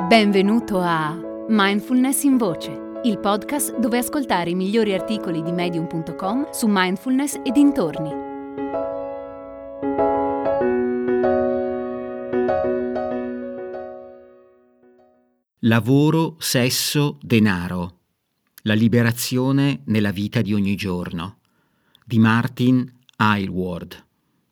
Benvenuto a Mindfulness in Voce, il podcast dove ascoltare i migliori articoli di Medium.com su mindfulness e dintorni. Lavoro, sesso, denaro. La liberazione nella vita di ogni giorno. Di Martin Aylward.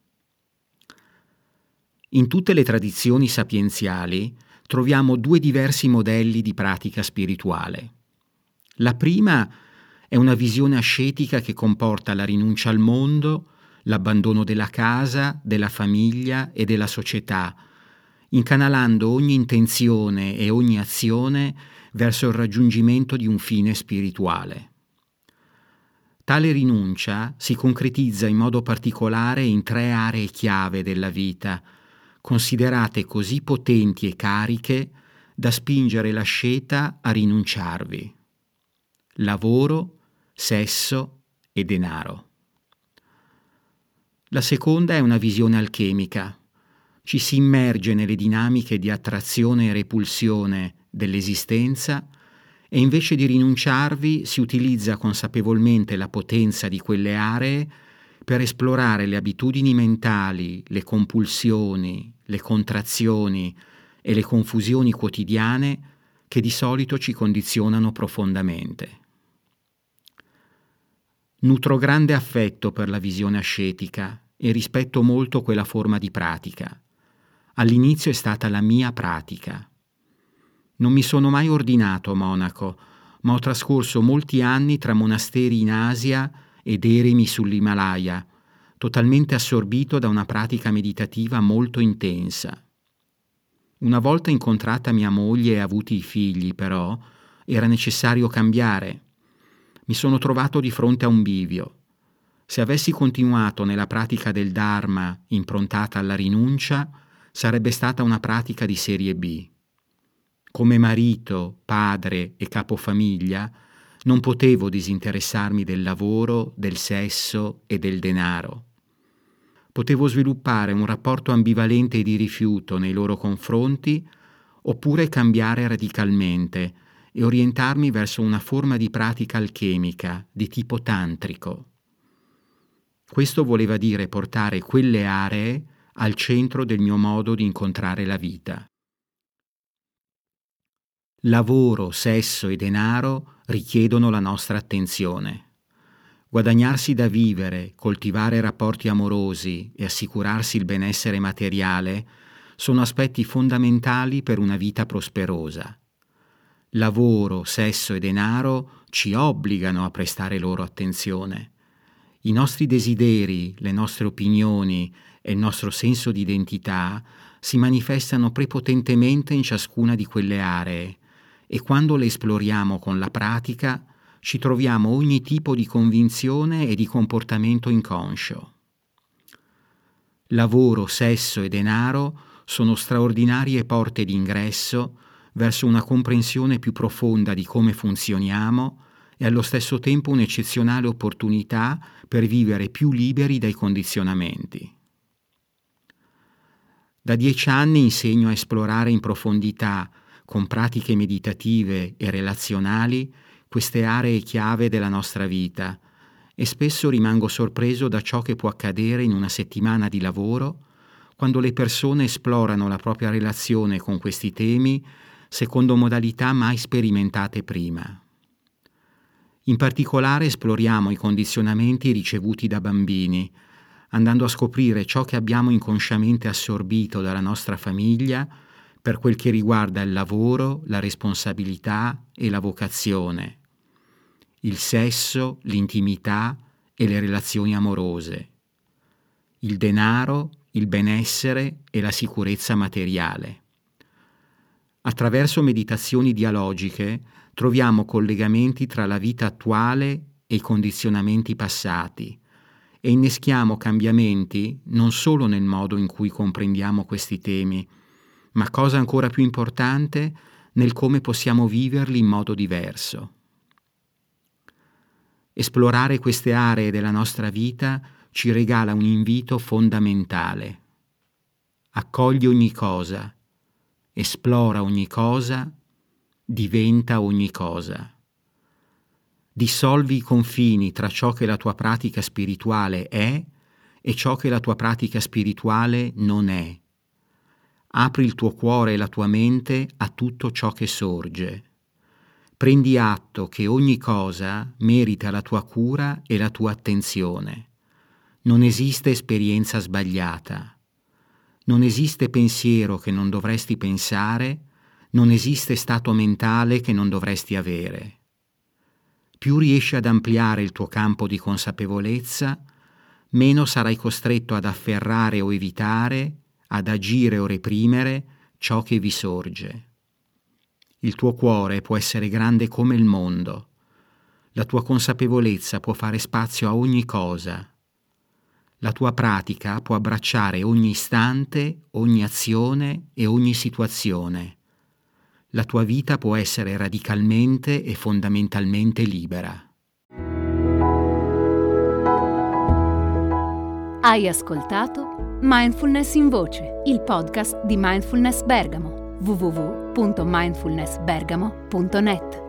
In tutte le tradizioni sapienziali troviamo due diversi modelli di pratica spirituale. La prima è una visione ascetica che comporta la rinuncia al mondo, l'abbandono della casa, della famiglia e della società, incanalando ogni intenzione e ogni azione verso il raggiungimento di un fine spirituale. Tale rinuncia si concretizza in modo particolare in tre aree chiave della vita, considerate così potenti e cariche da spingere l'asceta a rinunciarvi: lavoro, sesso e denaro. La seconda è una visione alchemica. Ci si immerge nelle dinamiche di attrazione e repulsione dell'esistenza e invece di rinunciarvi si utilizza consapevolmente la potenza di quelle aree per esplorare le abitudini mentali, le compulsioni, le contrazioni e le confusioni quotidiane che di solito ci condizionano profondamente. Nutro grande affetto per la visione ascetica e rispetto molto quella forma di pratica. All'inizio è stata la mia pratica. Non mi sono mai ordinato monaco, ma ho trascorso molti anni tra monasteri in Asia ed eremi sull'Himalaya, totalmente assorbito da una pratica meditativa molto intensa. Una volta incontrata mia moglie e avuti i figli, però, era necessario cambiare. Mi sono trovato di fronte a un bivio. Se avessi continuato nella pratica del Dharma improntata alla rinuncia, sarebbe stata una pratica di serie B. Come marito, padre e capofamiglia, non potevo disinteressarmi del lavoro, del sesso e del denaro. Potevo sviluppare un rapporto ambivalente di rifiuto nei loro confronti, oppure cambiare radicalmente e orientarmi verso una forma di pratica alchemica di tipo tantrico. Questo voleva dire portare quelle aree al centro del mio modo di incontrare la vita. Lavoro, sesso e denaro richiedono la nostra attenzione. Guadagnarsi da vivere, coltivare rapporti amorosi e assicurarsi il benessere materiale sono aspetti fondamentali per una vita prosperosa. Lavoro, sesso e denaro ci obbligano a prestare loro attenzione. I nostri desideri, le nostre opinioni e il nostro senso di identità si manifestano prepotentemente in ciascuna di quelle aree e quando le esploriamo con la pratica ci troviamo ogni tipo di convinzione e di comportamento inconscio. Lavoro, sesso e denaro sono straordinarie porte d'ingresso verso una comprensione più profonda di come funzioniamo e allo stesso tempo un'eccezionale opportunità per vivere più liberi dai condizionamenti. Da 10 anni insegno a esplorare in profondità, con pratiche meditative e relazionali, queste aree chiave della nostra vita e spesso rimango sorpreso da ciò che può accadere in una settimana di lavoro quando le persone esplorano la propria relazione con questi temi secondo modalità mai sperimentate prima. In particolare esploriamo i condizionamenti ricevuti da bambini, andando a scoprire ciò che abbiamo inconsciamente assorbito dalla nostra famiglia per quel che riguarda il lavoro, la responsabilità e la vocazione, il sesso, l'intimità e le relazioni amorose, il denaro, il benessere e la sicurezza materiale. Attraverso meditazioni dialogiche troviamo collegamenti tra la vita attuale e i condizionamenti passati e inneschiamo cambiamenti non solo nel modo in cui comprendiamo questi temi, ma cosa ancora più importante, nel come possiamo viverli in modo diverso. Esplorare queste aree della nostra vita ci regala un invito fondamentale. Accogli ogni cosa esplora ogni cosa, diventa ogni cosa. Dissolvi i confini tra ciò che la tua pratica spirituale è e ciò che la tua pratica spirituale non è. Apri il tuo cuore e la tua mente a tutto ciò che sorge. Prendi atto che ogni cosa merita la tua cura e la tua attenzione. Non esiste esperienza sbagliata. Non esiste pensiero che non dovresti pensare, non esiste stato mentale che non dovresti avere. Più riesci ad ampliare il tuo campo di consapevolezza, meno sarai costretto ad afferrare o evitare, ad agire o reprimere ciò che vi sorge. Il tuo cuore può essere grande come il mondo. La tua consapevolezza può fare spazio a ogni cosa. La tua pratica può abbracciare ogni istante, ogni azione e ogni situazione. La tua vita può essere radicalmente e fondamentalmente libera. Hai ascoltato Mindfulness in Voce, il podcast di Mindfulness Bergamo, www.mindfulnessbergamo.net.